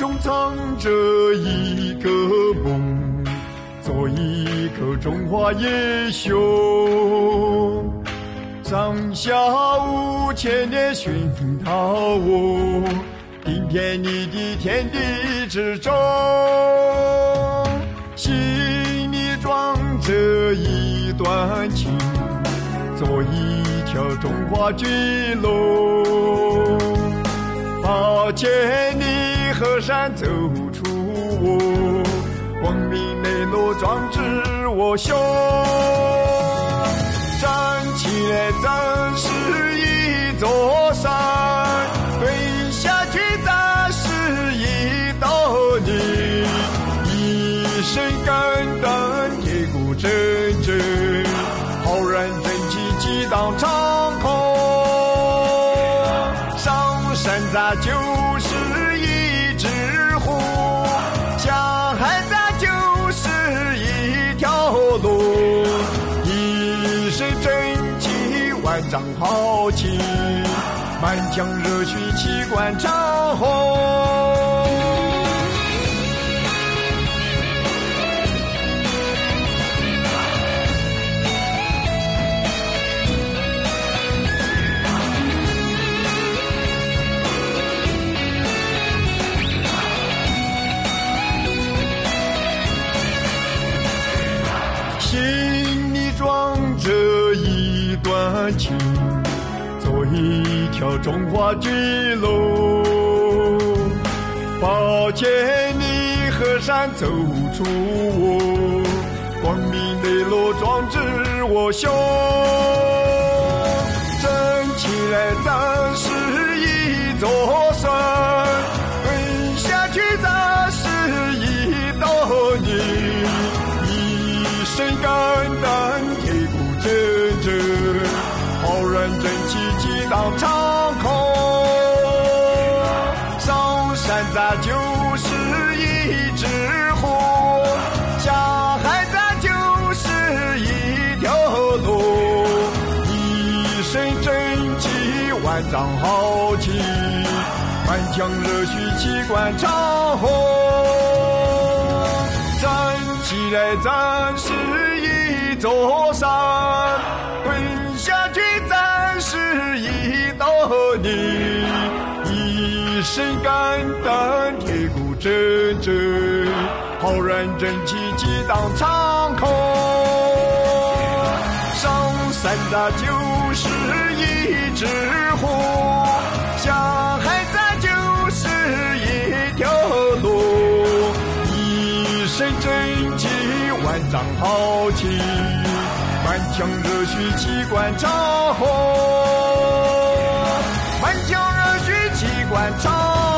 中藏着一个梦，做一颗中华英雄。上下5000年熏陶我，顶遍你的天地之中，心里装着一段情，做一条中华巨龙。8千里河山走出我，光明磊落壮志我胸。站起来咱是一座山，蹲下去咱是一道泥，一身肝胆铁骨铮铮，浩然正气激荡长空。上山咱就是一只虎，下海咱就是一条龙，一身正气万丈豪情，满腔热血气贯长虹。心里装着一段情，做一条中华巨龙。8千里河山走出我，光明磊落壮志我胸。站起来咱是一座山，蹲下去咱是一道泥，身肝胆铁骨铮铮，浩然正气激荡长空。上山咱就是一只虎，下海咱就是一条龙，一身正气万丈豪情，满腔热血气贯长虹。站起来咱是一座山，蹲下去咱是一道泥，一身肝胆铁骨铮铮，浩然正气激荡长空。上山咱就是一只虎，下海咱就是一条龙，一身正气万丈豪情，满腔热血气贯长虹，满腔热血气贯长虹。